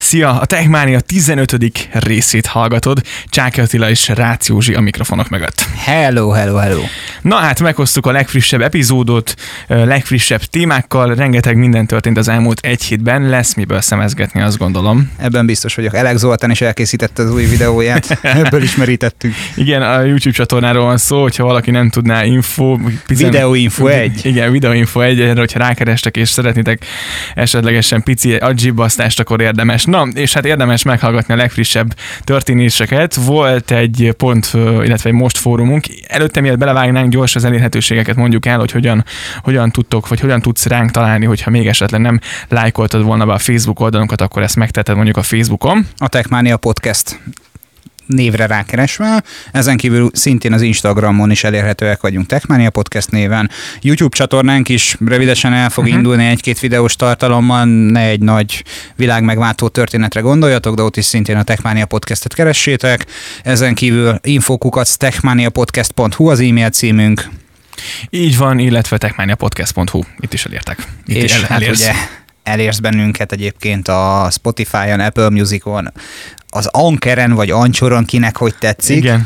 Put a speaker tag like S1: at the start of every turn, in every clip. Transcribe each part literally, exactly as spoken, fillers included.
S1: Szia! A Techmania tizenötödik részét hallgatod. Csáky Attila és Rácz Józsi a mikrofonok mögött.
S2: Hello, hello, hello!
S1: Na hát meghoztuk a legfrissebb epizódot, legfrissebb témákkal, rengeteg minden történt az elmúlt egy hétben, lesz miből szemezgetni, azt gondolom.
S2: Ebben biztos vagyok. Elek Zoltán is elkészítette az új videóját, ebből is merítettük.
S1: Igen, a YouTube csatornáról van szó, hogyha valaki nem tudná, info... Pizen...
S2: Videóinfo egy.
S1: Igen, Videóinfo egy, erre, hogyha rákerestek és szeretnétek esetlegesen pici agibasztást, akkor érdemes. Na, és hát érdemes meghallgatni a legfrissebb történéseket. Volt egy pont, illetve egy most fórumunk. Előtte miért belevágnánk, gyors az elérhetőségeket mondjuk el, hogy hogyan, hogyan tudtok, vagy hogyan tudsz ránk találni, hogyha még esetleg nem lájkoltad volna be a Facebook oldalunkat, akkor ezt megtetted mondjuk a Facebookon.
S2: A Techmania Podcast névre rákeresve. Ezen kívül szintén az Instagramon is elérhetőek vagyunk Techmania Podcast néven. YouTube csatornánk is rövidesen el fog uh-huh. indulni egy-két videós tartalommal, ne egy nagy világmegváltó történetre gondoljatok, de ott is szintén a Techmania Podcastet keressétek. Ezen kívül infokukacz techmaniapodcast pont hu az e-mail címünk.
S1: Így van, illetve techmaniapodcast pont hu. Itt is elértek. Itt
S2: és
S1: el,
S2: hát ugye elérsz bennünket egyébként a Spotify-on, Apple Music-on, az Ankeren vagy Anchoron, kinek hogy tetszik.
S1: Igen.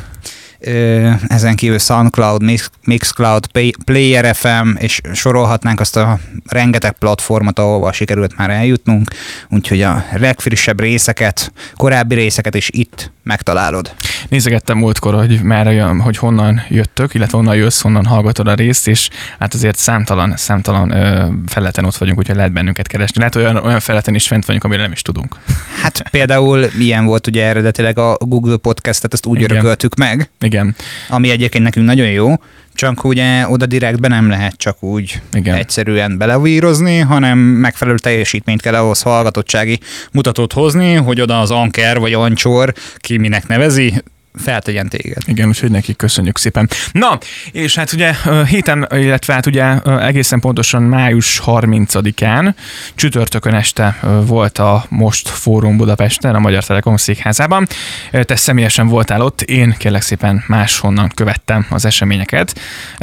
S2: Ezen kívül SoundCloud, Mixcloud, Player ef em, és sorolhatnánk azt a rengeteg platformot, ahova sikerült már eljutnunk, úgyhogy a legfrissebb részeket, korábbi részeket is itt megtalálod.
S1: Nézegettem múltkor, hogy már hogy honnan jöttök, illetve honnan jössz, honnan hallgatod a részt, és hát azért számtalan, számtalan ö, felületen ott vagyunk, úgyhogy lehet bennünket keresni. Lehet olyan, olyan felületen is fent vagyunk, amire nem is tudunk.
S2: Hát például ilyen volt ugye eredetileg a Google Podcastet, ezt úgy
S1: Igen.
S2: örököltük meg.
S1: Igen.
S2: Ami egyébként nekünk nagyon jó, csak ugye oda direktbe nem lehet csak úgy Igen. egyszerűen belevírozni, hanem megfelelő teljesítményt kell ahhoz hallgatottsági mutatót hozni, hogy oda az Anker vagy Anchor, ki minek nevezi, feltegyen téged.
S1: Igen, úgyhogy nekik köszönjük szépen. Na, és hát ugye héten, illetve hát ugye egészen pontosan május harmincadikán csütörtökön este volt a Most Fórum Budapesten, a Magyar Telekom székházában. Te személyesen voltál ott, én kérlek szépen máshonnan követtem az eseményeket.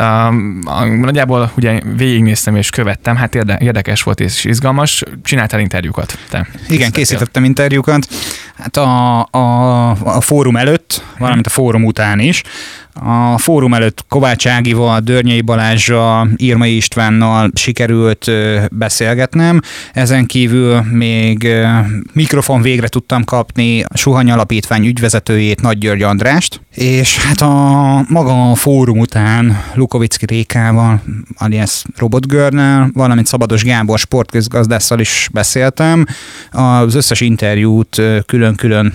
S1: Nagyjából ugye végignéztem és követtem, hát érdekes volt és izgalmas. Csináltál interjúkat? Te
S2: Igen, készítettem interjúkat. Hát a, a, a fórum előtt, valamint a fórum után is. A fórum előtt Kovács Ágival, Dörnyei Balázsral, Irmai Istvánnal sikerült beszélgetnem. Ezen kívül még mikrofon végre tudtam kapni a Suhany Alapítvány ügyvezetőjét, Nagy György Andrást, és hát a maga a fórum után Lukovicki Rékával, alias Robot Girl-nel, valamint Szabados Gábor sportközgazdásszal is beszéltem. Az összes interjút külön-külön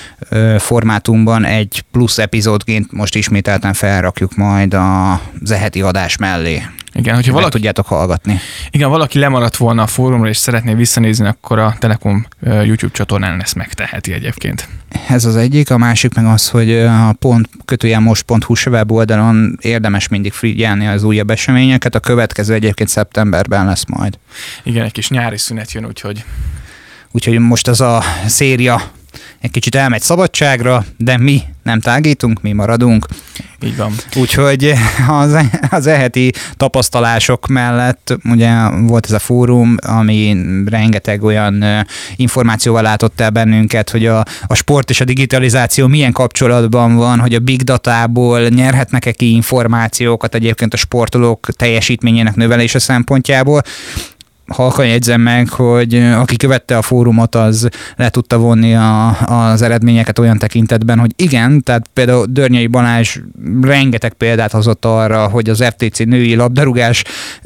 S2: formátumban egy plusz epizódként most ismételten felrakjuk majd az eheti adás mellé.
S1: Igen, hogyha valaki,
S2: tudjátok hallgatni.
S1: Igen, valaki lemaradt volna a fórumra és szeretné visszanézni, akkor a Telekom YouTube csatornán ezt megteheti egyébként.
S2: Ez az egyik, a másik meg az, hogy a pont kötőjel most pont hu weboldalon érdemes mindig figyelni az újabb eseményeket, a következő egyébként szeptemberben lesz majd.
S1: Igen, egy kis nyári szünet jön, úgyhogy...
S2: Úgyhogy most az a széria egy kicsit elmegy szabadságra, de mi nem tágítunk, mi maradunk.
S1: Így van.
S2: Úgyhogy az, az eheti tapasztalások mellett ugye volt ez a fórum, ami rengeteg olyan információval látott el bennünket, hogy a, a sport és a digitalizáció milyen kapcsolatban van, hogy a big datából nyerhetnek-e ki információkat egyébként a sportolók teljesítményének növelése szempontjából. Halkan jegyzem meg, hogy aki követte a fórumot, az le tudta vonni a, az eredményeket olyan tekintetben, hogy igen, tehát például Dörnyei Balázs rengeteg példát hozott arra, hogy az ef té cé női labdarúgás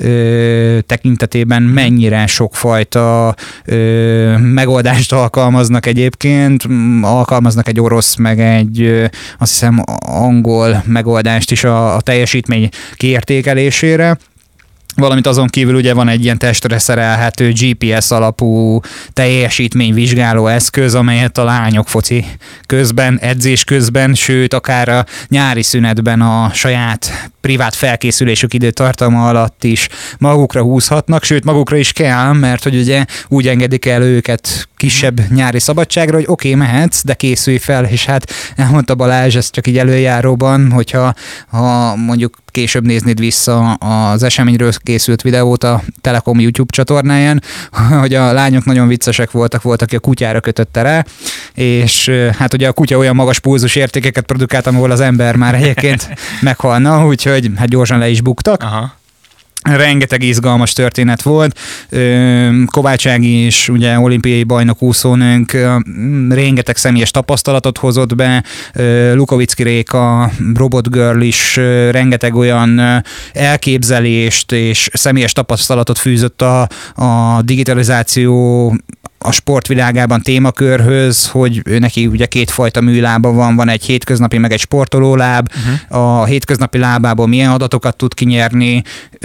S2: ö, tekintetében mennyire sokfajta ö, megoldást alkalmaznak egyébként. Alkalmaznak egy orosz, meg egy ö, azt hiszem angol megoldást is a, a teljesítmény kiértékelésére. Valamint azon kívül ugye van egy ilyen testre szerelhető gé pé es alapú teljesítményvizsgáló eszköz, amelyet a lányok foci közben, edzés közben, sőt akár a nyári szünetben a saját privát felkészülésük időtartama alatt is magukra húzhatnak, sőt magukra is kell, mert hogy ugye úgy engedik el őket kisebb nyári szabadságra, hogy oké, okay, mehetsz, de készülj fel, és hát elmondta Balázs, ez csak így előjáróban, hogyha ha mondjuk később néznéd vissza az eseményről készült videót a Telekom YouTube csatornáján, hogy a lányok nagyon viccesek voltak, volt, aki a kutyára kötötte rá, és hát ugye a kutya olyan magas pulzus értékeket produkált, ahol az ember már egyébként meghalna, úgyhogy hát gyorsan le is buktak.
S1: Aha.
S2: Rengeteg izgalmas történet volt. Kovács Ági is, ugye olimpiai bajnok úszónőnk, rengeteg személyes tapasztalatot hozott be. Lukovicki Réka, Robot Girl is rengeteg olyan elképzelést és személyes tapasztalatot fűzött a, a digitalizáció a sportvilágában témakörhöz, hogy neki ugye kétfajta műlába van, van egy hétköznapi, meg egy sportolóláb. Uh-huh. A hétköznapi lábából milyen adatokat tud kinyerni.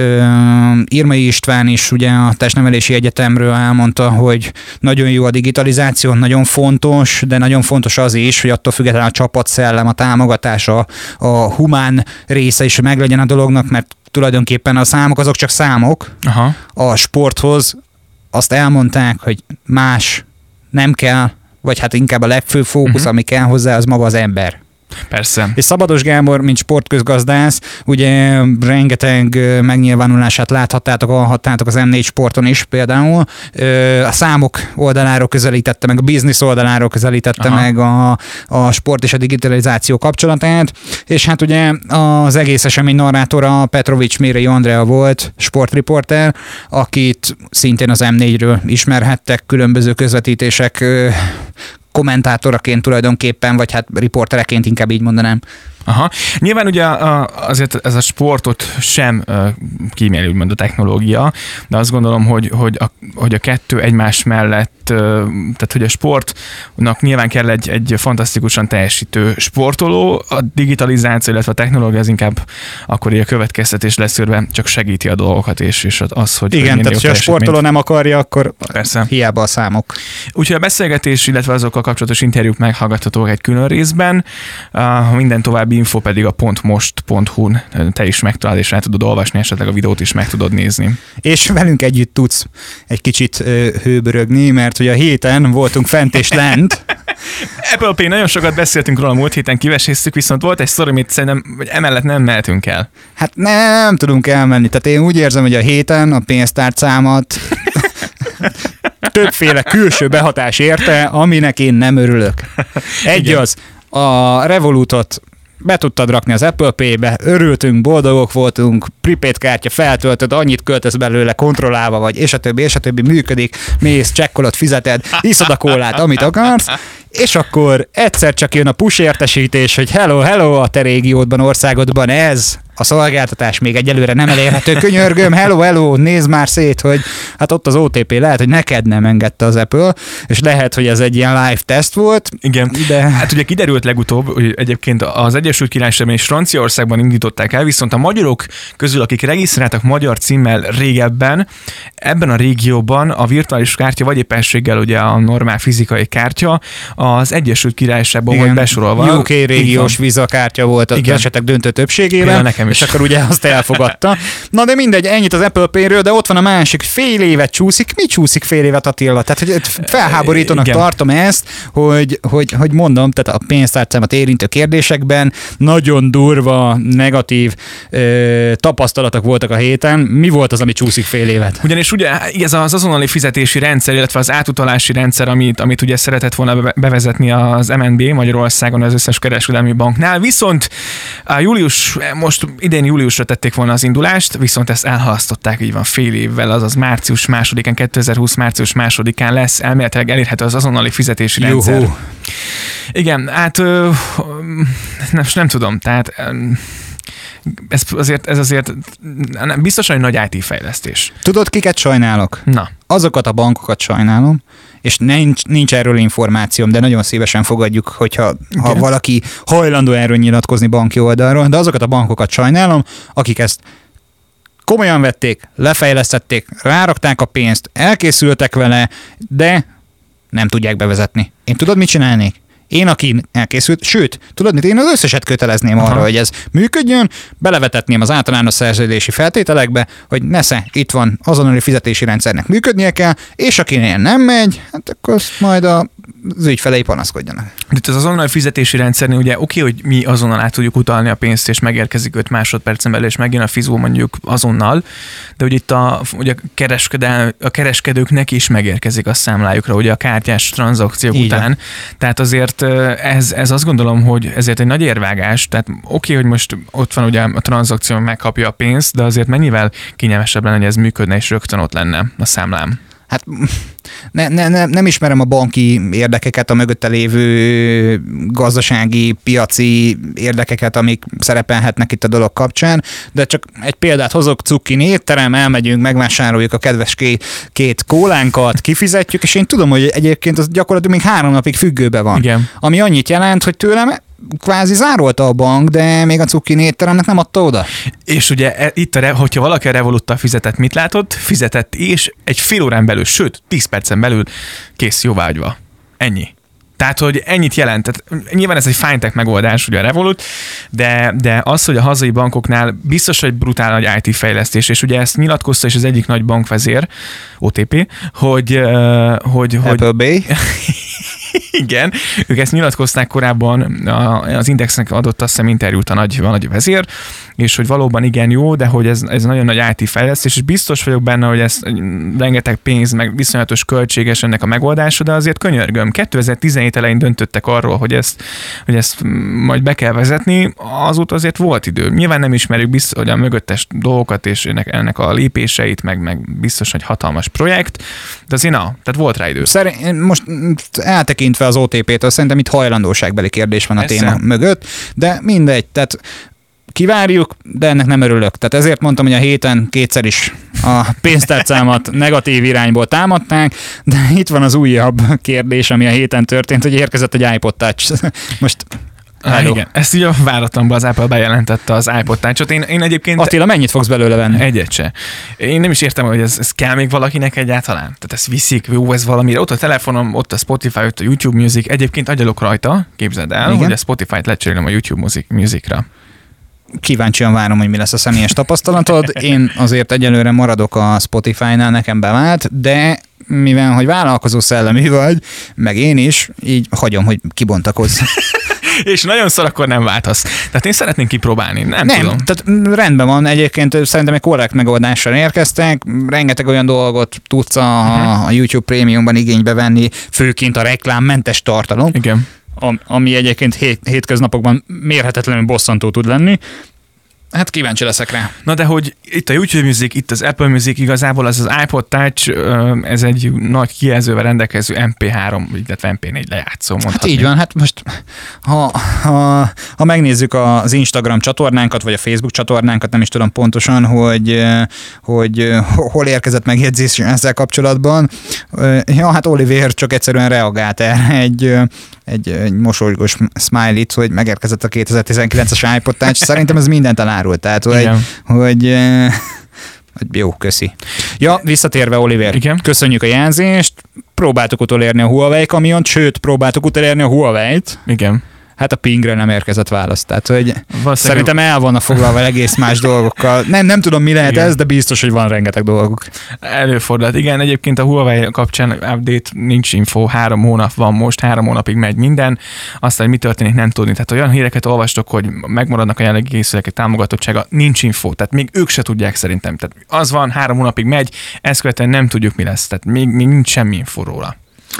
S2: Irmai István is ugye a Testnevelési Egyetemről elmondta, hogy nagyon jó a digitalizáció, nagyon fontos, de nagyon fontos az is, hogy attól függetlenül a csapatszellem, a támogatása, a humán része is meglegyen a dolognak, mert tulajdonképpen a számok azok csak számok. Aha. A sporthoz azt elmondták, hogy más nem kell, vagy hát inkább a legfőbb fókusz, uh-huh. ami kell hozzá, az maga az ember.
S1: Persze.
S2: És Szabados Gábor, mint sportközgazdász, ugye rengeteg megnyilvánulását láthattátok, hallhattátok az em négy Sporton is például. A számok oldaláról közelítette meg, a biznisz oldaláról közelítette Aha. meg a, a sport és a digitalizáció kapcsolatát, és hát ugye az egész esemény narrátora Petrovics Mérei Andrea volt, sportriporter, akit szintén az em négyről ismerhettek, különböző közvetítések kommentátoraként tulajdonképpen, vagy hát riportereként inkább így mondanám.
S1: Aha. Nyilván ugye azért ez a sportot sem kíméli, úgymond a technológia, de azt gondolom, hogy, hogy, a, hogy a kettő egymás mellett, tehát hogy a sportnak nyilván kell egy, egy fantasztikusan teljesítő sportoló, a digitalizáció, illetve a technológia az inkább akkor így a következtetés leszűrve csak segíti a dolgokat, és, és az, hogy...
S2: Igen, tehát ha a sportoló nem akarja, akkor Persze. hiába a számok.
S1: Úgyhogy a beszélgetés, illetve azokkal kapcsolatos interjúk meghallgathatók egy külön részben, minden további info pedig a pontmost pont hu-n te is megtalálod, és rá tudod olvasni, esetleg a videót is meg tudod nézni.
S2: És velünk együtt tudsz egy kicsit ö, hőbörögni, mert ugye a héten voltunk fent és lent.
S1: Apple Pay, nagyon sokat beszéltünk róla, múlt héten kiveséztük, viszont volt egy sztori, amit szerintem hogy emellett nem mehetünk el.
S2: Hát nem, nem tudunk elmenni. Tehát én úgy érzem, hogy a héten a pénztárcámat többféle külső behatás érte, aminek én nem örülök. Egy Igen. az, a Revolutot be tudtad rakni az Apple Pay-be, örültünk, boldogok voltunk, prepaid kártya feltöltöd, annyit költesz belőle, kontrollálva vagy, és a többi, és a többi működik, mész, csekkolod, fizeted, iszod a kólát, amit akarsz, és akkor egyszer csak jön a push értesítés, hogy hello, hello, a te régiódban, országodban ez a szolgáltatás még egyelőre nem elérhető, könyörgöm, hello, hello, nézd már szét, hogy hát ott az o té pé lehet, hogy neked nem engedte az Apple, és lehet, hogy ez egy ilyen live test volt.
S1: Igen, de... hát ugye kiderült legutóbb, hogy egyébként az Egyesült Királyságban és Franciaországban indították el, viszont a magyarok közül, akik regisztráltak magyar címmel régebben, ebben a régióban a virtuális kártya, vagy éppenséggel ugye a normál fizikai kártya, az Egyesült Királyságban volt besorolva.
S2: u ká régiós Visa kártya volt az esetek döntő többségében. És akkor ugye azt elfogadta. Na de mindegy, ennyit az Apple Pay-ről, de ott van a másik, fél évet csúszik. Mi csúszik fél évet, Attila? Tehát, hogy felháborítónak Igen. tartom ezt, hogy, hogy, hogy mondom, tehát a pénztárcámat érintő kérdésekben nagyon durva, negatív ö, tapasztalatok voltak a héten. Mi volt az, ami csúszik fél évet?
S1: Ugyanis ugye ez az azonnali fizetési rendszer, illetve az átutalási rendszer, amit, amit ugye szeretett volna bevezetni az em en bé Magyarországon az összes kereskedelmi banknál, viszont a július, most idén júliusra tették volna az indulást, viszont ezt elhalasztották, így van fél évvel, azaz március másodikán, kétezer-húsz március másodikán lesz elméletileg elérhető az azonnali fizetési Juhu. rendszer. Igen, hát nem, nem tudom, tehát ez azért, ez azért biztosan egy nagy í té fejlesztés.
S2: Tudod, kiket sajnálok?
S1: Na.
S2: Azokat a bankokat sajnálom, és nincs, nincs erről információm, de nagyon szívesen fogadjuk, hogyha ha valaki hajlandó erről nyilatkozni banki oldalról, de azokat a bankokat sajnálom, akik ezt komolyan vették, lefejlesztették, rárakták a pénzt, elkészültek vele, de nem tudják bevezetni. Én tudod, mit csinálnék? Én, aki elkészült, sőt, tudod, én az összeset kötelezném arra,
S1: Aha.
S2: hogy ez működjön, belevetetném az általános szerződési feltételekbe, hogy nesze, itt van, azonnali fizetési rendszernek működnie kell, és akinél nem megy, hát akkor azt majd a az ügyfelei panaszkodjanak.
S1: Itt az azonnal fizetési rendszernél ugye oké, hogy mi azonnal át tudjuk utalni a pénzt, és megérkezik öt másodpercen belül, és megjön a fizó mondjuk azonnal, de ugye itt a, ugye a, a kereskedőknek is megérkezik a számlájukra, ugye a kártyás tranzakciók
S2: Így
S1: után.
S2: van.
S1: Tehát azért ez, ez azt gondolom, hogy ezért egy nagy érvágás, tehát oké, hogy most ott van ugye a tranzakció, megkapja a pénzt, de azért mennyivel kényelmesebb lenne, hogy ez működne, és rögtön ott lenne a számlám.
S2: Hát ne, ne, ne, nem ismerem a banki érdekeket, a mögötte lévő gazdasági, piaci érdekeket, amik szerepelhetnek itt a dolog kapcsán, de csak egy példát hozok, Zucchini étterem, elmegyünk, megvásároljuk a kedves két, két kólánkat, kifizetjük, és én tudom, hogy egyébként az gyakorlatilag még három napig függőbe van.
S1: Igen.
S2: Ami annyit jelent, hogy tőlem kvázi zárolta a bank, de még a Zucchini étteremnek nem adta oda.
S1: És ugye e, itt, a, hogyha valaki a Revoluttal fizetett, mit látott? Fizetett, és egy fél órán belül, sőt, tíz percen belül kész, jóváhagyva. Ennyi. Tehát, hogy ennyit jelent. Tehát, nyilván ez egy fintech megoldás, ugye a Revolut, de, de az, hogy a hazai bankoknál biztos, hogy brutál nagy i té fejlesztés, és ugye ezt nyilatkozta is az egyik nagy bankvezér, o té pé, hogy... hogy, hogy
S2: Apple Bay.
S1: Igen, ők ezt nyilatkozták korábban, az Indexnek adott azt hiszem interjút a nagy, a nagy vezér, és hogy valóban igen jó, de hogy ez, ez nagyon nagy i té fejlesztés, és biztos vagyok benne, hogy ez rengeteg pénz, meg viszonyatos költséges ennek a megoldása, de azért könyörgöm. kétezer-tizenhét elején döntöttek arról, hogy ezt, hogy ezt majd be kell vezetni, azóta azért volt idő. Nyilván nem ismerjük biztos, hogy a mögöttes dolgokat és ennek, ennek a lépéseit, meg, meg biztos, hogy hatalmas projekt, de azért na, tehát volt rá idő.
S2: Szerint, most eltekintve az o té pé-től, szerintem itt hajlandóságbeli kérdés van a
S1: Persze.
S2: téma mögött, de mindegy, tehát kivárjuk, de ennek nem örülök. Tehát ezért mondtam, hogy a héten kétszer is a pénztárcámat negatív irányból támadták, de itt van az újabb kérdés, ami a héten történt, hogy érkezett egy iPod Touch. Most
S1: Ah, igen, ezt így a váratlanban az Apple bejelentette az iPod Touch-ot. Én, én egyébként...
S2: Attila, mennyit fogsz belőle venni?
S1: Egyet se. Én nem is értem, hogy ez, ez kell még valakinek egyáltalán. Tehát ezt viszik, jó, ez valamire. Ott a telefonom, ott a Spotify, ott a YouTube Music. Egyébként agyalok rajta, képzeld el, igen, hogy a Spotify-t lecserélem a YouTube Music, Musicra.
S2: Kíváncsian várom, hogy mi lesz a személyes tapasztalatod. Én azért egyelőre maradok a Spotify-nál, nekem bevált, de mivel, hogy vállalkozó szellemű vagy, meg én is, így hagyom, hogy kibontakozz.
S1: És nagyon szar, akkor nem váltasz. Tehát én szeretném kipróbálni, nem,
S2: nem
S1: tudom.
S2: Tehát rendben van, egyébként szerintem egy korrekt megoldással érkeztek, rengeteg olyan dolgot tudsz a, uh-huh. a YouTube Premiumban igénybe venni, főként a reklámmentes tartalom.
S1: Igen.
S2: Ami egyébként hét, hétköznapokban mérhetetlenül bosszantó tud lenni. Hát kíváncsi leszek rá.
S1: Na de hogy itt a YouTube Music, itt az Apple Music, igazából az az iPod Touch, ez egy nagy kijelzővel rendelkező em pé három, illetve em pé négy lejátszó, mondhatni.
S2: Hát így van, hát most ha, ha, ha megnézzük az Instagram csatornánkat, vagy a Facebook csatornánkat, nem is tudom pontosan, hogy, hogy hol érkezett megjegyzés ezzel kapcsolatban. Ja, hát Oliver csak egyszerűen reagált erre egy, egy, egy mosolygós smiley-t, hogy megérkezett a kétezer-tizenkilences iPod Touch. Szerintem ez mindent elárult, tehát hogy, hogy, hogy jó, köszi. Ja, visszatérve Oliver, igen. Köszönjük a jelzést, próbáltuk utolérni a Huawei kamiont, sőt, próbáltuk utolérni a Huawei-t.
S1: Igen.
S2: Hát a pingre nem érkezett válasz, tehát hogy szerintem el van a foglalva egész más dolgokkal. Nem, nem tudom, mi lehet igen. ez, de biztos, hogy van rengeteg dolguk.
S1: Előfordult. Igen, egyébként a Huawei kapcsán update nincs info, három hónap van most, három hónapig megy minden, aztán mi történik nem tudni. Tehát olyan híreket olvastok, hogy megmaradnak a jelenlegi készülékek támogatottsága, nincs info, tehát még ők se tudják szerintem. Tehát az van, három hónapig megy, ezt követően nem tudjuk, mi lesz, tehát még, még nincs semmi info róla.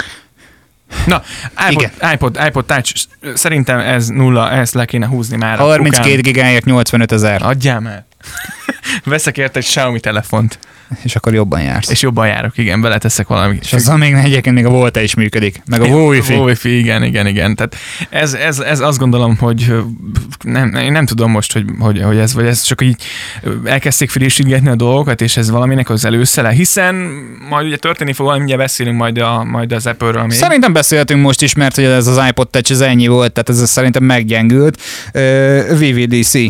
S1: Na, iPod, iPod, iPod Touch, szerintem ez nulla, ezt le kéne húzni már.
S2: harminckét gigáért nyolcvanöt ezer.
S1: Adjál már. Veszek érte egy Xiaomi telefont.
S2: És akkor jobban jársz.
S1: És jobban járok, igen, beleteszek valamit.
S2: És azzal még egyébként még a Volta is működik, meg a Wi-Fi.
S1: A Wi-Fi, igen, igen, igen. Tehát ez, ez, ez azt gondolom, hogy nem, én nem tudom most, hogy, hogy, hogy ez, vagy ez csak így elkezdték frissítgetni a dolgokat, és ez valaminek az előszele, hiszen majd ugye történni fog, valami, mindjárt beszélünk majd, a, majd az Apple-ről még.
S2: Szerintem beszélhetünk most is, mert hogy ez az iPod Touch ez ennyi volt, tehát ez szerintem meggyengült. Uh, vé vé dé cé.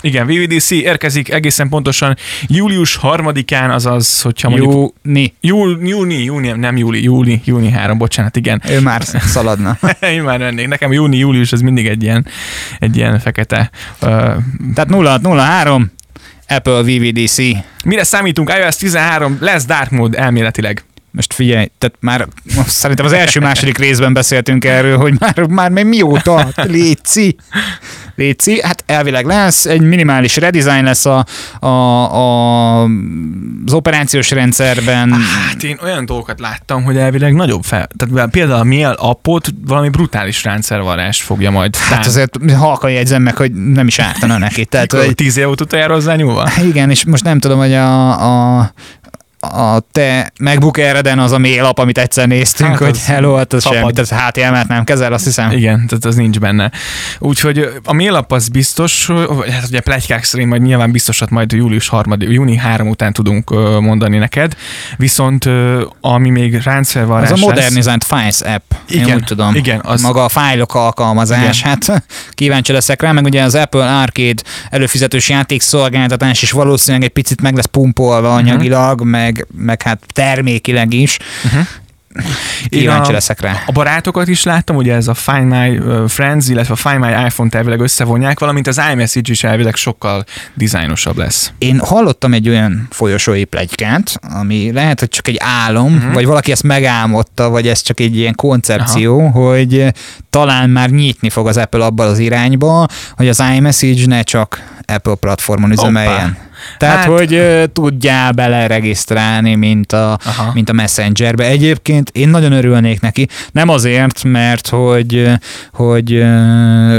S1: Igen, vé vé dé cé érkezik egészen pontosan július harmadikán, azaz, hogyha mondjuk...
S2: Júni.
S1: Júni, júni, júni, nem júli, júli, júni három, bocsánat, igen.
S2: Ő már szaladna.
S1: Én már mennék. Nekem júni, július, az mindig egy ilyen, egy ilyen fekete. Uh...
S2: Tehát nulla hat nulla három, Apple vé vé dé cé.
S1: Mire számítunk? iOS tizenhárom, lesz dark mode elméletileg.
S2: Most figyelj, tehát már szerintem az első-második részben beszéltünk erről, hogy már, már még mióta, léci, léci, hát elvileg lesz, egy minimális redesign lesz a, a, a, az operációs rendszerben.
S1: Hát én olyan dolgokat láttam, hogy elvileg nagyobb fel, tehát például a Mail appot valami brutális rendszervarrás fogja majd.
S2: Hát tán. Azért halkan jegyzem meg, hogy nem is ártana neki. Tehát,
S1: hogy tíz év utoljára hozzá nyúlva?
S2: Igen, és most nem tudom, hogy a, a a te MacBook Air-eden az a mail app, amit egyszer néztünk, hát hogy hello, hát az semmi, tehát há té em el-t nem kezel, azt hiszem.
S1: Igen, tehát az nincs benne. Úgyhogy a mail app az biztos, hát ugye pletykák szerint majd nyilván biztosat majd július harmadika, júni harmadika után tudunk mondani neked, viszont ami még rendszervarrás
S2: lesz. Az a modernizált Files app, igen, én úgy tudom.
S1: Igen, az...
S2: Maga a fájlok alkalmazás, igen. Hát kíváncsi leszek rá, meg ugye az Apple Arcade előfizetős játékszolgáltatás is valószínűleg egy picit meg lesz pumpolva anyagilag, uh-huh. meg meg hát termékileg is. Uh-huh. Kíváncsi leszek rá.
S1: A barátokat is láttam, ugye ez a Find My Friends, illetve a Find My iPhone-t elvileg összevonják, valamint az iMessage is elvileg sokkal dizájnosabb lesz.
S2: Én hallottam egy olyan folyosói pletykát, ami lehet, hogy csak egy álom, uh-huh. vagy valaki ezt megálmodta, vagy ez csak egy ilyen koncepció, aha. hogy talán már nyitni fog az Apple abban az irányba, hogy az iMessage ne csak Apple platformon üzemeljen. Opa. Tehát, hát, hogy uh, tudjál bele regisztrálni, mint a, mint a Messengerbe. Egyébként én nagyon örülnék neki. Nem azért, mert hogy, hogy uh,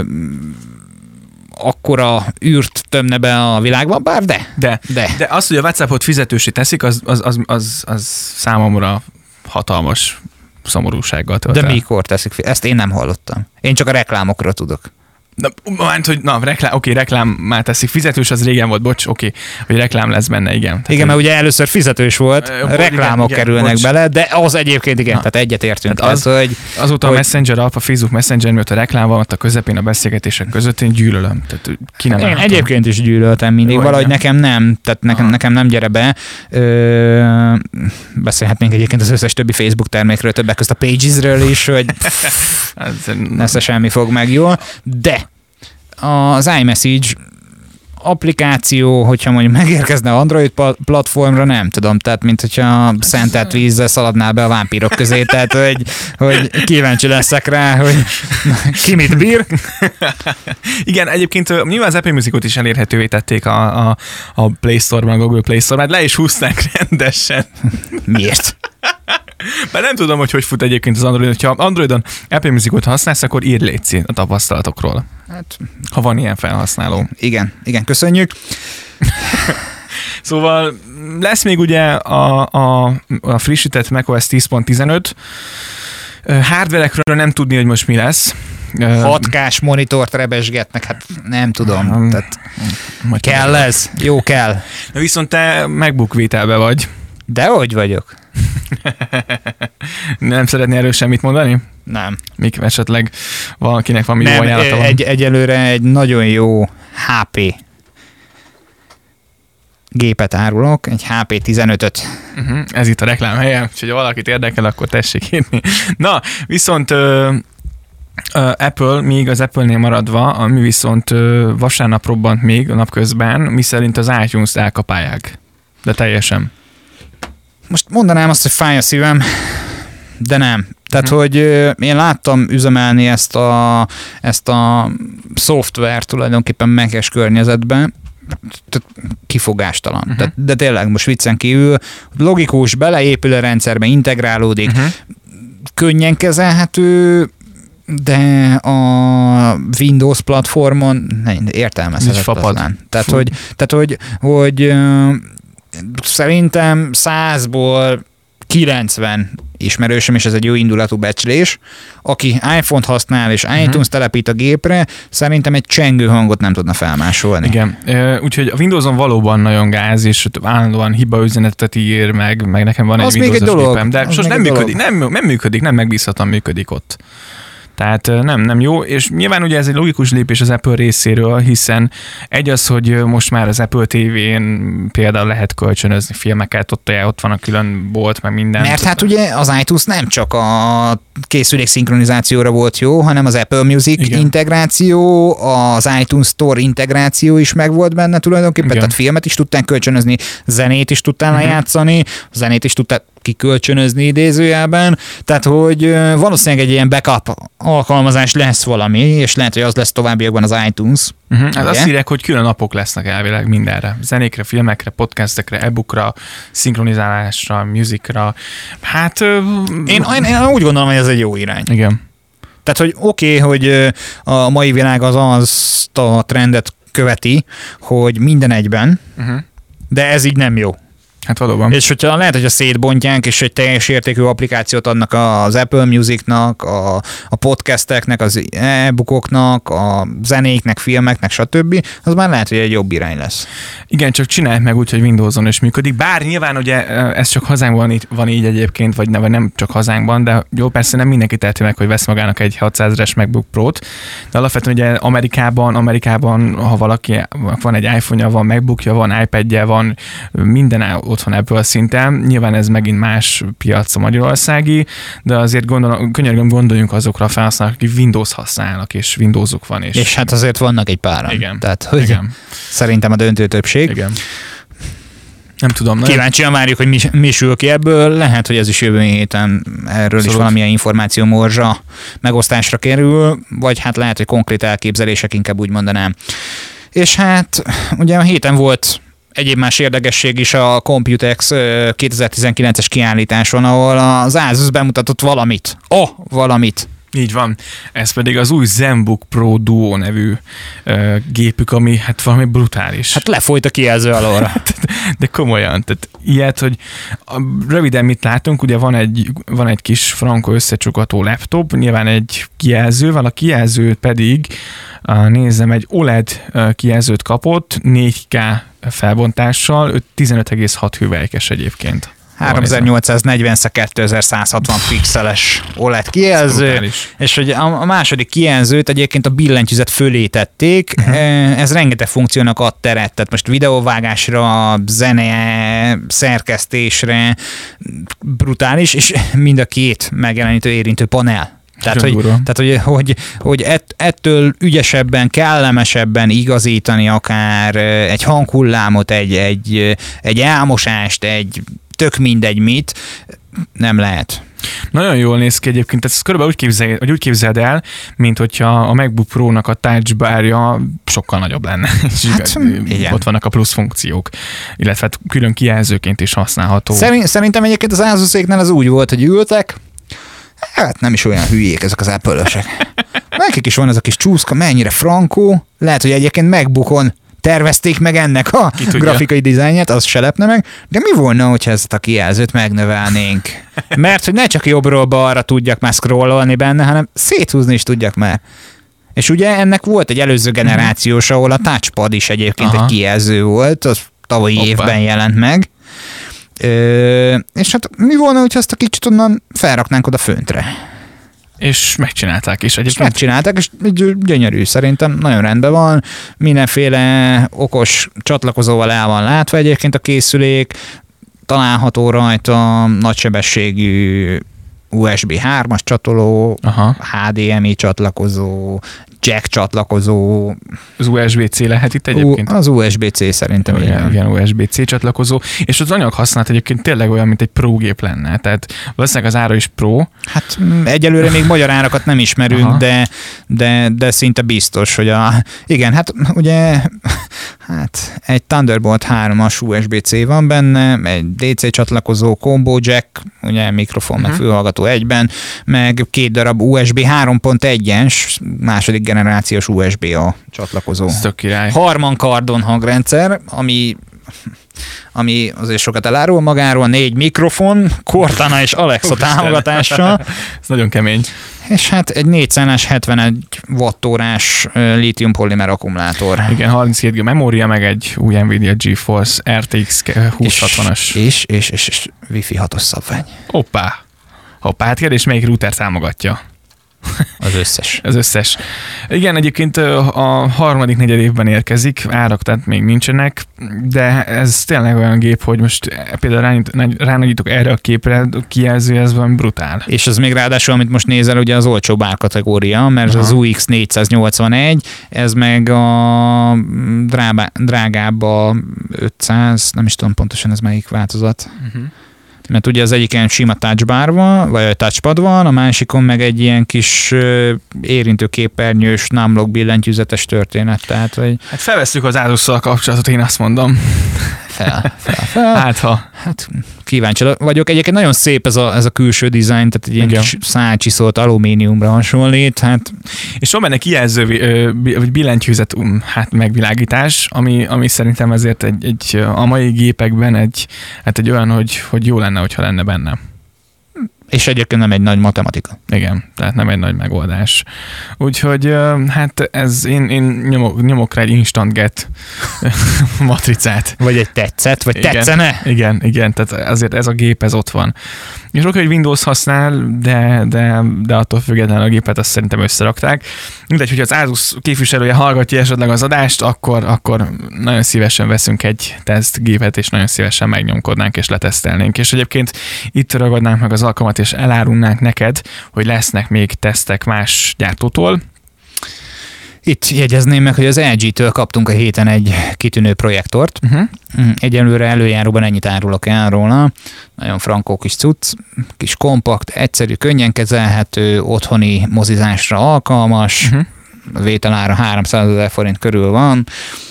S2: akkora űrt tömne be a világban, bár de.
S1: De, de. de az, hogy a WhatsAppot fizetősé teszik, az, az, az, az, az számomra hatalmas szomorúsággal tölt el.
S2: De mikor teszik? Ezt én nem hallottam. Én csak a reklámokra tudok.
S1: Na, mert, hogy na, reklám, oké, reklám már teszik, fizetős az régen volt, bocs, oké, hogy reklám lesz benne, igen. Tehát,
S2: igen, mert ugye először fizetős volt, ö, reklámok igen, kerülnek igen, bele, de az egyébként igen, na. Tehát egyetértünk.
S1: Tehát az,
S2: tehát, hogy,
S1: azóta
S2: hogy,
S1: a Messenger app, a Facebook Messenger miatt a reklám van, ott a közepén a beszélgetések között, én gyűlölöm. Tehát ki nem
S2: én
S1: látom.
S2: Egyébként is gyűlöltem mindig, jó, valahogy igen. nekem nem, tehát nekem, nekem nem gyere be. Ö, beszélhetnénk egyébként az összes többi Facebook termékről, többek közt a Pagesről is, hogy nesze semmi fog meg jól, de az iMessage applikáció, hogyha mondjuk megérkezne Android platformra, nem tudom, tehát mint hogyha szentelt vízzel szaladnál be a vámpírok közé, tehát hogy, hogy kíváncsi leszek rá, hogy ki mit bír.
S1: Igen, egyébként nyilván az Apple Musicot is elérhetővé tették a, a, a Play Store-ban, a Google Play Store-ban, le is húzták rendesen.
S2: Miért?
S1: Mert nem tudom, hogy hogy fut egyébként az Androidon. Ha Androidon Apple Musicot használsz, akkor írj légy a tapasztalatokról. Hát, ha van ilyen felhasználó.
S2: Igen, igen, köszönjük.
S1: Szóval lesz még ugye a, a, a frissített macOS tíz pont tizenöt. Hardverekről nem tudni, hogy most mi lesz.
S2: hat kás monitort rebesgetnek, hát nem tudom. Tehát kell ez? Jó, kell.
S1: Na viszont te MacBook vételbe vagy.
S2: Dehogy vagyok.
S1: Nem szeretnél erről semmit mondani?
S2: Nem.
S1: Mik esetleg valakinek valami
S2: nem,
S1: jó ajánlata van?
S2: Egy, egyelőre egy nagyon jó há pé gépet árulok, egy há pé tizenötöt.
S1: Uh-huh, ez itt a reklám helye, úgyhogy ha valakit érdekel, akkor tessék írni. Na, viszont uh, uh, Apple, még az Apple-nél maradva, ami viszont uh, vasárnap robbant még a napközben, miszerint az iTunes-t elkapálják. De teljesen.
S2: Most mondanám azt, hogy fáj a szívem, de nem. Tehát, hmm. hogy én láttam üzemelni ezt a, ezt a szoftvert tulajdonképpen Mac-es környezetben, tehát kifogástalan. Uh-huh. Tehát, de tényleg most viccen kívül logikus, beleépül a rendszerbe, integrálódik, uh-huh. könnyen kezelhető, de a Windows platformon értelmezhetetlen. Tehát, hogy, tehát hogy, hogy szerintem százból kilencven ismerősöm, és ez egy jó indulatú becslés, aki iPhone-t használ és iTunes uh-huh. telepít a gépre, szerintem egy csengő hangot nem tudna felmásolni.
S1: Igen, úgyhogy a Windowson valóban nagyon gáz, és állandóan hibaüzenetet ír, meg, meg nekem van egy Windows-os gépem, de most nem működik, nem, nem működik, nem megbízhatóan működik ott. Tehát nem, nem jó, és nyilván ugye ez egy logikus lépés az Apple részéről, hiszen egy az, hogy most már az Apple té vén például lehet kölcsönözni filmeket, ott, ott van a külön bolt, meg minden.
S2: Mert hát ugye az iTunes nem csak a készülék szinkronizációra volt jó, hanem az Apple Music Igen. integráció, az iTunes Store integráció is meg volt benne tulajdonképpen, Igen. tehát filmet is tudtál kölcsönözni, zenét is tudtál uh-huh. lejátszani, zenét is tudtál kikölcsönözni idézőjelben, tehát hogy valószínűleg egy ilyen backup alkalmazás lesz valami, és lehet, hogy az lesz továbbiakban az iTunes.
S1: Uh-huh. Hát azt írják, hogy külön napok lesznek elvileg mindenre. Zenékre, filmekre, podcastekre, e-bookra, szinkronizálásra, musicra. Hát...
S2: Én, én, én úgy gondolom, hogy ez egy jó irány.
S1: Igen.
S2: Tehát, hogy oké, okay, hogy a mai világ az azt a trendet követi, hogy minden egyben, uh-huh. de ez így nem jó.
S1: Hát valóban.
S2: És hogyha lehet, hogy a szétbontják, és egy teljes értékű applikációt adnak az Apple Musicnak, a, a podcasteknek, az e-bookoknak, a zenéknek, filmeknek, stb., az már lehet, hogy egy jobb irány lesz.
S1: Igen, csak csinálják meg úgy, hogy Windowson is működik. Bár nyilván ugye ez csak hazánkban van, van így egyébként, vagy, ne, vagy nem csak hazánkban, de jó, persze nem mindenki teheti meg, hogy vesz magának egy hatszázezres MacBook Pro-t, de alapvetően ugye Amerikában, Amerikában, ha valaki van egy iPhone-ja, van MacBookja, van iPad-je, van minden otthon ebből szinten. Nyilván ez megint más piac a magyarországi, de azért gondolom, könyörgöm gondoljunk azokra a felhasználók, akik Windows használnak, és Windowsuk van. És,
S2: és hát azért vannak egy páran.
S1: Igen.
S2: Tehát, hogy
S1: Igen.
S2: Szerintem a döntő többség.
S1: Igen. Nem tudom.
S2: Kíváncsian várjuk, hogy mi, mi sül ki ebből. Lehet, hogy ez is jövő héten erről Szorult. is valamilyen információ morzsa megosztásra kerül, vagy hát lehet, hogy konkrét elképzelések, inkább úgy mondanám. És hát ugye a héten volt egyéb más érdekesség is a Computex kétezer-tizenkilences kiállításon, ahol az Asus bemutatott valamit. Oh, valamit.
S1: Így van. Ez pedig az új ZenBook Pro Duo nevű uh, gépük, ami hát valami brutális.
S2: Hát lefolyt a kijelző alóra.
S1: De komolyan. Tehát ilyet, hogy röviden mit látunk, ugye van egy, van egy kis frankó összecsugató laptop, nyilván egy kijelzővel, a kijelző pedig uh, nézzem, egy o el e dé kijelzőt kapott, négy ká felbontással, tizenöt egész hat hüvelykes egyébként.
S2: háromezernyolcszáznegyven szer kétezer-százhatvan pixeles o el e dé kijelző, és hogy a második kijelzőt egyébként a billentyűzet fölé tették, uh-huh. ez rengeteg funkciónak ad teret, tehát most videóvágásra, zene, szerkesztésre, brutális, és mind a két megjelenítő érintő panel. Tehát, hogy, tehát hogy, hogy, hogy ett, ettől ügyesebben, kellemesebben igazítani akár egy hanghullámot, egy, egy, egy elmosást, egy tök mindegy mit, nem lehet.
S1: Nagyon jól néz ki egyébként, ezt körülbelül úgy, képzel, úgy képzeld el, mint hogyha a MacBook Pro-nak a touch barja sokkal nagyobb lenne. Hát, ott vannak a plusz funkciók, illetve külön kijelzőként is használható.
S2: Szerint, szerintem egyébként az Asuséknál az úgy volt, hogy ültek, hát nem is olyan hülyék ezek az Apple-ösek. Nekik is van ez a kis csúszka, mennyire frankó, lehet, hogy egyébként MacBookon tervezték meg ennek a grafikai dizájnját, az se lepne meg, de mi volna, hogyha ezt a kijelzőt megnövelnénk? Mert hogy ne csak jobbról balra tudjak már scrollolni benne, hanem széthúzni is tudjak már. És ugye ennek volt egy előző generációs, ahol a touchpad is egyébként Aha. egy kijelző volt, az tavalyi Hoppá. évben jelent meg. Ö, és hát mi volna, hogyha ezt a kicsit onnan felraknánk oda föntre?
S1: És megcsinálták is egyébként.
S2: És megcsinálták, és gyönyörű, szerintem nagyon rendben van, mindenféle okos csatlakozóval el van látva egyébként a készülék, található rajta nagysebességű u es bé hármas csatoló, Aha. há dé em i csatlakozó, jack csatlakozó.
S1: Az u es bé cé lehet itt egyébként?
S2: Az u es bé cé szerintem.
S1: Igen, igen, u es bé cé csatlakozó. És az anyag használat egyébként tényleg olyan, mint egy Pro gép lenne. Tehát valószínűleg az ára is Pro.
S2: Hát egyelőre még magyar árakat nem ismerünk, de, de, de szinte biztos, hogy a... Igen, hát ugye hát egy Thunderbolt hármas u es bé cé van benne, egy dé cé csatlakozó, combo jack, ugye mikrofon, uh-huh. meg fülhallgató egyben, meg két darab u es bé három pont egyes második generációs u es bé á csatlakozó. Harman Kardon hangrendszer, ami ami azért sokat elárul magáról, négy mikrofon, Cortana és Alexa támogatással.
S1: Ez nagyon kemény.
S2: És hát egy négyszáz hetvenegy wattórás lítium polimer akkumulátor.
S1: Igen, harminchét giga memória, meg egy új Nvidia GeForce er té iksz húszszázhatvanas.
S2: És, és, és, és Wi-Fi hatos szabvány.
S1: Hoppá. Hoppá, hát kérdés, melyik router támogatja?
S2: Az összes.
S1: Az összes. Igen, egyébként a harmadik negyed évben érkezik, árak tehát még nincsenek, de ez tényleg olyan gép, hogy most például ránagyítok erre a képre, a kijelző, ez van brutál.
S2: És az még ráadásul, amit most nézel, ugye az olcsó árkategória, mert aha. az U X négyszáznyolcvanegy, ez meg a drába, drágább a ötszáz, nem is tudom pontosan ez melyik változat. Uh-huh. Mert ugye az egyiken sima touchbar van, vagy touchpad van, a másikon meg egy ilyen kis érintőképernyős numlock billentyűzetes történet. Tehát, hogy...
S1: Hát felvesztük az Asusszal kapcsolatot, én azt mondom.
S2: Fel, fel, fel.
S1: Hát ha.
S2: Hát kíváncsi vagyok. Egyébként nagyon szép ez a, ez a külső dizájn, tehát egy ilyen igen. kis szálcsiszolt alumíniumra hasonlít. Hát.
S1: És van benne kijelző, vagy billentyűzet hát megvilágítás, ami, ami szerintem ezért egy, egy, a mai gépekben egy, hát egy olyan, hogy, hogy jó lenne, hogyha lenne benne.
S2: És egyébként nem egy nagy matematika.
S1: Igen, tehát nem egy nagy megoldás. Úgyhogy hát ez, én, én nyomok, nyomok rá egy instant get matricát.
S2: Vagy egy tetszett, vagy
S1: igen,
S2: tetszene.
S1: Igen, igen, tehát azért ez a gép, ez ott van. És oké, hogy Windows használ, de, de, de attól függetlenül a gépet azt szerintem összerakták. Mindegy, hogy az Asus képviselője hallgatja esetleg az adást, akkor, akkor nagyon szívesen veszünk egy tesztgépet, és nagyon szívesen megnyomkodnánk és letesztelnénk. És egyébként itt ragadnánk meg az alkalmat, és elárulnánk neked, hogy lesznek még tesztek más gyártótól.
S2: Itt jegyezném meg, hogy az el gé-től kaptunk a héten egy kitűnő projektort. Uh-huh. Egyelőre előjáróban ennyit árulok el róla. Nagyon frankó kis cucc, kis kompakt, egyszerű, könnyen kezelhető, otthoni mozizásra alkalmas. Uh-huh. A vételára háromszázezer forint körül van.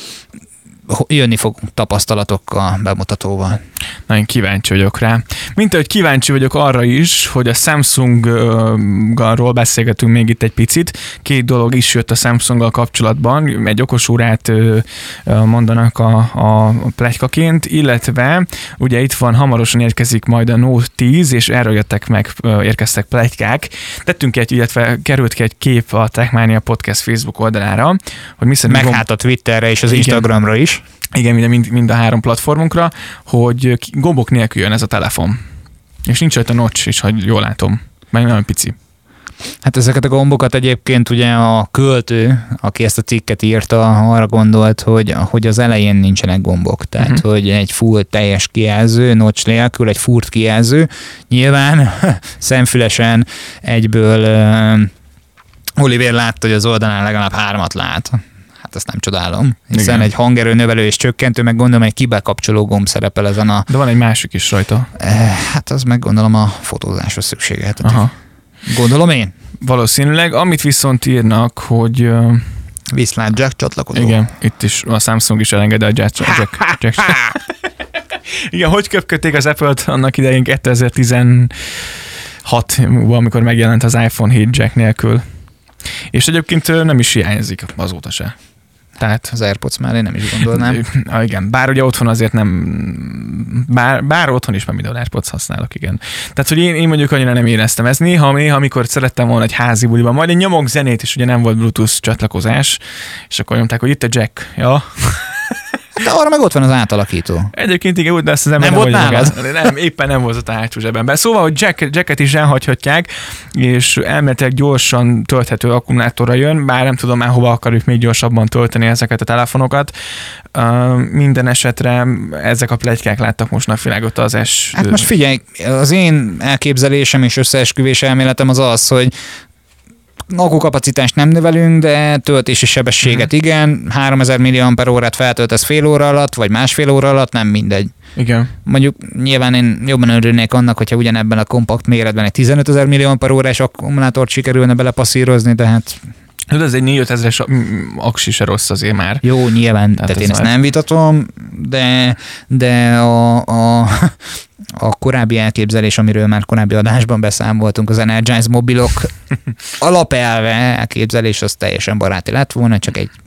S2: Jönni fog tapasztalatokkal, bemutatóval.
S1: Nagyon kíváncsi vagyok rá. Mint ahogy kíváncsi vagyok arra is, hogy a Samsungról beszélgetünk még itt egy picit. Két dolog is jött a Samsunggal kapcsolatban. Egy okosórát mondanak a, a pletykaként, illetve ugye itt van, hamarosan érkezik majd a Note tíz, és erről jöttek meg, érkeztek pletykák. Tettünk egy, illetve került ki egy kép a Techmania Podcast Facebook oldalára, hogy mi
S2: meg hát a Twitterre és az igen. Instagramra is.
S1: Igen, mind, mind a három platformunkra, hogy gombok nélkül jön ez a telefon. És nincs rajta notch is, hogy jól látom. Meg nagyon pici.
S2: Hát ezeket a gombokat egyébként ugye a költő, aki ezt a cikket írta, arra gondolt, hogy, hogy az elején nincsenek gombok. Tehát, uh-huh. hogy egy full teljes kijelző, notch nélkül, egy furt kijelző. Nyilván szemfülesen egyből uh, Oliver látta, hogy az oldalán legalább hármat lát. Hát ezt nem csodálom, hiszen igen. egy hangerő növelő és csökkentő, meg gondolom egy kibekapcsoló gomb szerepel ezen a...
S1: De van egy másik is rajta.
S2: Hát az meg gondolom a fotózáshoz szükségeltetik. Aha. Gondolom én.
S1: Valószínűleg, amit viszont írnak, hogy...
S2: Viszlát jack csatlakozó.
S1: Igen, itt is a Samsung is elengedi a jack. jack, jack. Igen, hogy köpködték az Apple-t annak idején kétezer-tizenhatban, amikor megjelent az iPhone hét jack nélkül. És egyébként nem is hiányzik azóta se. Tehát
S2: az AirPods már én nem is gondolnám.
S1: Igen, bár ugye otthon azért nem, bár, bár otthon is már mindenhol AirPods használok, igen. Tehát, hogy én, én mondjuk annyira nem éreztem ez. Néha, néha, amikor szerettem volna egy házi buliban, majd egy nyomok zenét, és ugye nem volt Bluetooth csatlakozás, és akkor nyomták, hogy itt a jack, ja.
S2: De arra meg ott van az átalakító.
S1: Egyébként igen, de ezt az ember
S2: nem, nem volt nálad?
S1: Nem, éppen nem volt a hátsó zsebemben. Szóval, hogy jack, jacket is elhagyhatják, és elméletileg gyorsan tölthető akkumulátorra jön, bár nem tudom már hova akarjuk még gyorsabban tölteni ezeket a telefonokat. Uh, minden esetre ezek a pletykák láttak most napvilágot az es...
S2: Hát most figyelj, az én elképzelésem és összeesküvés elméletem az az, hogy akkukapacitást nem növelünk, de töltési sebességet uh-huh. igen, háromezer milliampere-órát feltöltesz fél óra alatt, vagy másfél óra alatt, nem mindegy.
S1: Igen.
S2: Mondjuk nyilván én jobban örülnék annak, hogyha ugyanebben a kompakt méretben egy tizenötezer milliampere-órás akkumulátort sikerülne belepasszírozni, de hát...
S1: De ez egy négy-ötezeres aksi se rossz azért már.
S2: Jó, nyilván, tehát, tehát én ezt már... nem vitatom, de, de a, a, a korábbi elképzelés, amiről már korábbi adásban beszámoltunk, az Energize mobilok alapelve elképzelés, az teljesen baráti lett volna, csak egy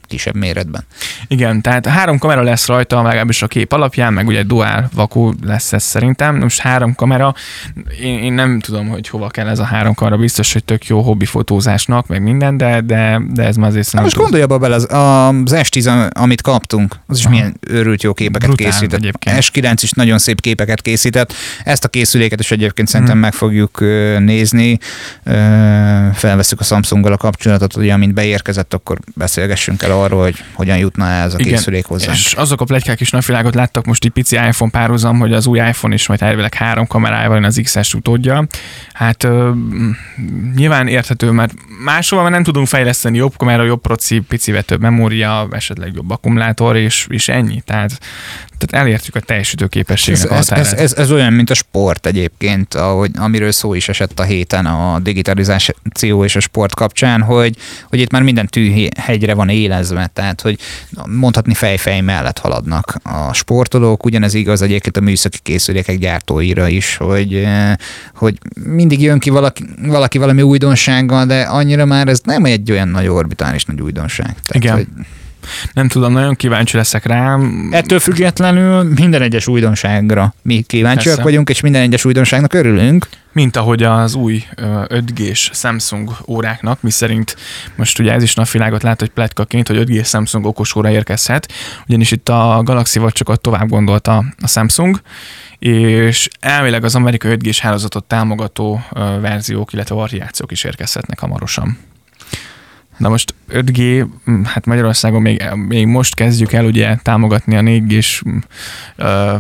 S2: kisebb méretben.
S1: Igen, tehát három kamera lesz rajta, legalábbis a kép alapján, meg ugye dual vakú lesz ez szerintem. Most három kamera, én, én nem tudom, hogy hova kell ez a három kamera, biztos, hogy tök jó hobbi fotózásnak, meg minden, de, de, de ez már azért...
S2: Na most gondolj abba bele, az, az es tíz, amit kaptunk, az is Aha. milyen őrült jó képeket Brutál, készített. Egyébként. es kilenc is nagyon szép képeket készített. Ezt a készüléket is egyébként szerintem hmm. meg fogjuk nézni. Felveszük a Samsunggal a kapcsolatot, hogy amint beérkezett, akkor beszélgessünk el arról, hogy hogyan jutna ez a Igen, készülék hozzá.
S1: És azok a pletykák is napvilágot láttak, most egy pici iPhone párhuzam, hogy az új iPhone is majd elvileg három kamerájával az iksz es utódja. Hát uh, nyilván érthető, mert máshol már nem tudunk fejleszteni jobb kamera, jobb proci, picivel több memória, esetleg jobb akkumulátor, és, és ennyi. Tehát, tehát elértük a teljesítőképességnek
S2: ez, ez, ez, ez olyan, mint a sport egyébként, ahogy, amiről szó is esett a héten a digitalizáció és a sport kapcsán, hogy, hogy itt már minden tűhegyre van élezve, tehát hogy mondhatni fej-fej mellett haladnak a sportolók, ugyanez igaz egyébként a műszaki készülékek gyártóira is, hogy, hogy mindig jön ki valaki, valaki valami újdonsággal, de annyira már ez nem egy olyan nagy orbitális nagy újdonság. Tehát,
S1: Igen.
S2: Hogy
S1: nem tudom, nagyon kíváncsi leszek rá.
S2: Ettől függetlenül minden egyes újdonságra mi kíváncsiak Persze. vagyunk, és minden egyes újdonságnak örülünk.
S1: Mint ahogy az új öt gés Samsung óráknak, miszerint most ugye ez is napvilágot lát, hogy pletykaként, hogy öt gés Samsung okos óra érkezhet, ugyanis itt a Galaxy Watch-okat tovább gondolta a Samsung, és elvileg az amerikai öt gés hálózatot támogató verziók, illetve variációk is érkezhetnek hamarosan. Na most öt gé, hát Magyarországon még, még most kezdjük el ugye támogatni a négy gés ö,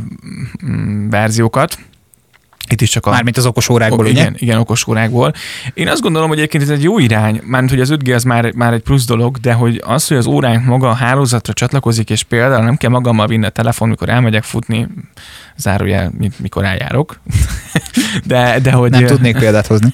S1: verziókat. Itt is csak a...
S2: Mármint az okos órákból,
S1: o,
S2: ugye?
S1: Igen, igen, okos órákból. Én azt gondolom, hogy egyébként ez egy jó irány, mármint hogy az öt gé az már, már egy plusz dolog, de hogy az, hogy az óránk maga a hálózatra csatlakozik, és például nem kell magammal vinni a telefon, mikor elmegyek futni, zárójel, mikor eljárok. de, de hogy...
S2: Nem tudnék példát hozni.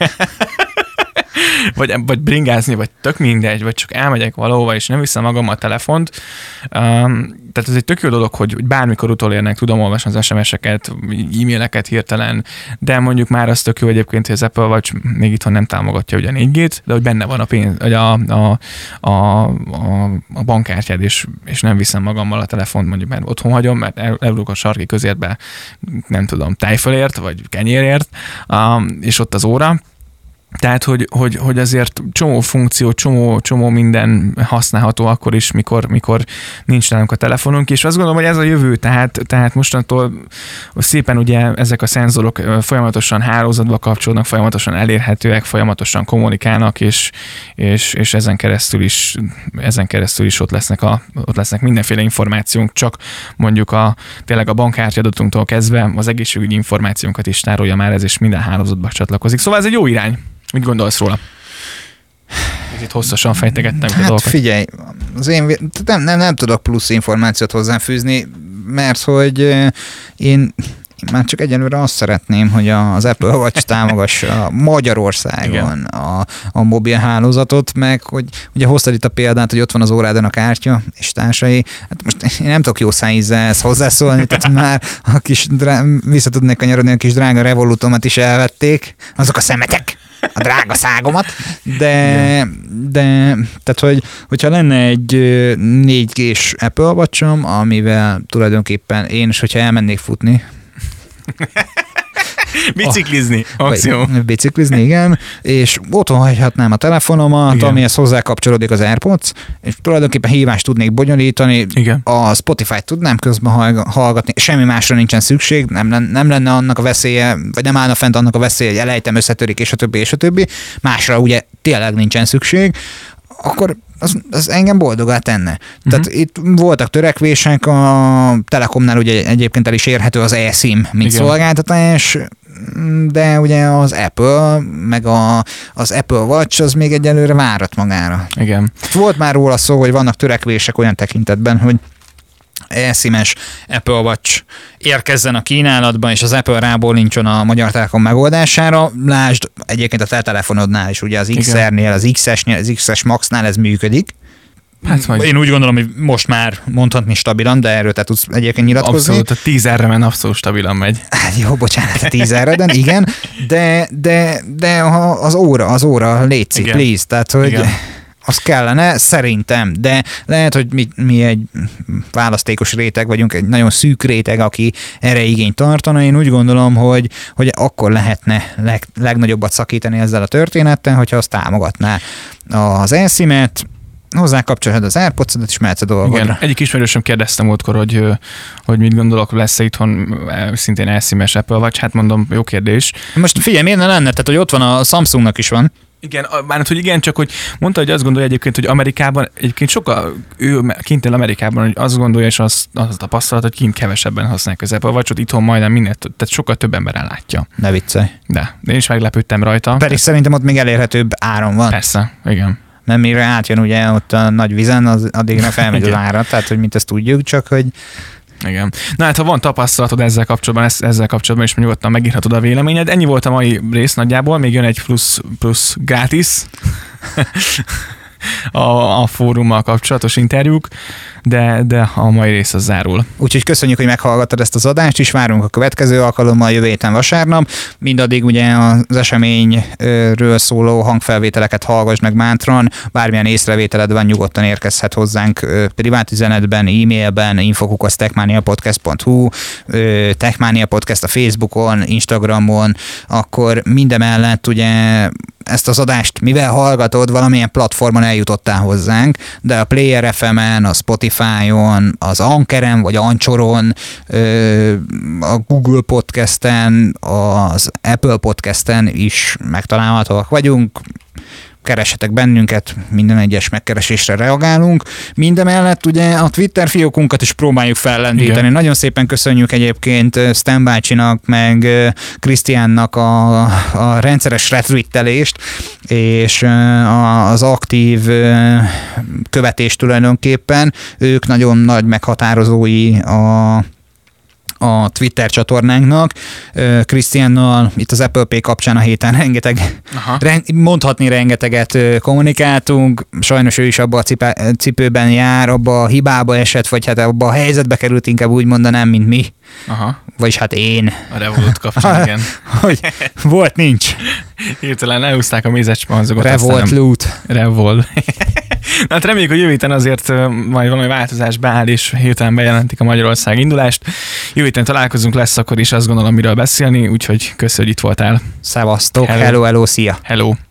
S1: Vagy, vagy bringázni, vagy tök mindegy, vagy csak elmegyek valahova, és nem viszem magam a telefont. Um, tehát ez egy tök jó dolog, hogy, hogy bármikor utolérnek, tudom olvasni az es em es-eket, e-maileket hirtelen, de mondjuk már az tök jó egyébként, hogy az Apple Watch még itthon nem támogatja ugye a négy gét, de hogy benne van a pénz, vagy a, a, a, a, a bankkártyád, és, és nem viszem magammal a telefont, mondjuk mert otthon hagyom, mert elrúgok a sarki közértbe, nem tudom, tejfölért, vagy kenyérért, um, és ott az óra. Tehát, hogy, hogy, hogy azért csomó funkció, csomó, csomó minden használható akkor is, mikor, mikor nincs nálunk a telefonunk, és azt gondolom, hogy ez a jövő, tehát, tehát mostantól szépen ugye ezek a szenzorok folyamatosan hálózatba kapcsolódnak, folyamatosan elérhetőek, folyamatosan kommunikálnak, és, és, és ezen keresztül is, ezen keresztül is ott lesznek, a, ott lesznek mindenféle információnk, csak mondjuk a, tényleg a bankkártya adatunktól kezdve az egészségügyi információnkat is tárolja már ez, és minden hálózatba csatlakozik. Szóval ez egy jó irány. Mit gondolsz róla? Itt hosszasan fejtegettem hát a dolgokat.
S2: Figyelj, az én, nem, nem, nem tudok plusz információt hozzáfűzni, mert hogy én, én már csak egyenlőre azt szeretném, hogy az Apple Watch támogassa Magyarországon a, a mobil hálózatot, meg hogy ugye hoztad itt a példát, hogy ott van az órádon a kártya és társai. Hát most én nem tudok jó szájízzel ezt hozzászólni, tehát már a kis drá- vissza tudnék kanyarodni, a kis drága Revolutomat is elvették, azok a szemetek. A drága szágomat, de, de tehát, hogy, hogyha lenne egy négy gés Apple Watch-om, amivel tulajdonképpen én is, hogyha elmennék futni,
S1: Biciklizni, akció.
S2: Biciklizni, igen, és otthon hagyhatnám a telefonomat, igen. Amihez hozzá kapcsolódik az AirPods, és tulajdonképpen hívást tudnék bonyolítani, igen. A Spotify-t tudnám közben hallgatni, semmi másra nincsen szükség, nem, nem lenne annak a veszélye, vagy nem állna fent annak a veszélye, hogy elejtem, összetörik, és a többi, és a többi. Másra ugye tényleg nincsen szükség, akkor az, az engem boldogá tenne. Uh-huh. Tehát itt voltak törekvések, a Telekomnál ugye egyébként el is érhető az eSIM, mint igen. szolgáltatás, de ugye az Apple, meg a, az Apple Watch az még egyelőre várat magára.
S1: Igen.
S2: Volt már róla szó, hogy vannak törekvések olyan tekintetben, hogy eSIM-es Apple Watch érkezzen a kínálatban, és az Apple rábólincson a Magyar Telekom megoldására. Lásd, egyébként a te telefonodnál is, ugye az iksz er-nél, az iksz es-nél, az iksz es Max-nál ez működik. Hát, vagy... Én úgy gondolom, hogy most már mondhatni stabilan, de erről te tudsz egyébként nyilatkozni.
S1: Abszolút, a tízerre men abszolút stabilan megy.
S2: Hát jó, bocsánat, a tízerre, de igen, de, de, de az óra, az óra, létszik, please, tehát hogy... Igen. Az kellene, szerintem, de lehet, hogy mi, mi egy választékos réteg vagyunk, egy nagyon szűk réteg, aki erre igényt tartana. Én úgy gondolom, hogy, hogy akkor lehetne leg, legnagyobbat szakítani ezzel a történettel, hogyha azt támogatná az eSIM-et, hozzá kapcsolhatod az AirPods-odat, és mehetsz a dolgodra.
S1: Igen, egyik ismerősöm kérdeztem múltkor, hogy, hogy mit gondolok, lesz-e itthon szintén eSIM-es Apple Watch, hát mondom, jó kérdés.
S2: Most figyelj, miért ne lenne? Tehát, hogy ott van a Samsungnak is van.
S1: Igen, bármint, hogy igen, csak hogy mondta, hogy azt gondolja egyébként, hogy Amerikában, egyébként sokkal, ő kint él Amerikában, hogy azt gondolja, és azt, azt tapasztalat, hogy kint kevesebben használják az Apple Watch-ot, itthon majdnem mindent, tehát sokkal több ember látja.
S2: Ne viccelj.
S1: De, de én is meglepődtem rajta.
S2: Pedig szerintem ott még elérhetőbb áron van.
S1: Persze, igen.
S2: Nem, mire átjön ugye ott a nagy vizen, az addigra felmegy az ára, tehát hogy mint ezt tudjuk, csak hogy...
S1: Igen. Na hát, ha van tapasztalatod ezzel kapcsolatban, ezzel kapcsolatban is nyugodtan megírhatod a véleményed. Ennyi volt a mai rész nagyjából, még jön egy plusz, plusz gratis a, a fórummal kapcsolatos interjúk, de, de a mai rész az zárul.
S2: Úgyhogy köszönjük, hogy meghallgattad ezt az adást, és várunk a következő alkalommal jövő héten vasárnap. Mindaddig ugye az eseményről szóló hangfelvételeket hallgass meg bátran, bármilyen észrevételed van, nyugodtan érkezhet hozzánk privát üzenetben, e-mailben, infokukaszt techmaniapodcast pont hu, Techmania Podcast a Facebookon, Instagramon, akkor mindemellett ugye ezt az adást, mivel hallgatod, valamilyen platformon eljutottál hozzánk, de a Player ef em-en, a Spotify-on, az Ankeren vagy Anchoron, a Google Podcasten, az Apple Podcasten is megtalálhatóak vagyunk. Keressetek bennünket, minden egyes megkeresésre reagálunk. Mindemellett ugye a Twitter fiókunkat is próbáljuk fellendíteni. Igen. Nagyon szépen köszönjük egyébként Stan bácsinak, meg Krisztiánnak a, a rendszeres retweetelést, és az aktív követést tulajdonképpen. Ők nagyon nagy meghatározói a a Twitter csatornánknak. Krisztiánnal itt az Apple Pay kapcsán a héten rengeteg, ren, mondhatni rengeteget kommunikáltunk. Sajnos ő is abba a cipá, cipőben jár, abba a hibába esett, vagy hát abba a helyzetbe került, inkább úgy mondanám, mint mi. Aha. Vagyis hát én.
S1: A Revolut kapcsán, igen.
S2: Hogy volt, nincs.
S1: Hirtelen elhúzták a mézespanzogot.
S2: Revolt.
S1: Revol. Na hát reméljük, hogy jövő héten azért majd valami változás beáll, és hirtelen bejelentik a Magyarország indulást. Jövő héten találkozunk, lesz akkor is, azt gondolom, miről beszélni, úgyhogy köszönjük, hogy itt voltál.
S2: Szevasztok, hello, hello, hello, szia.
S1: Hello.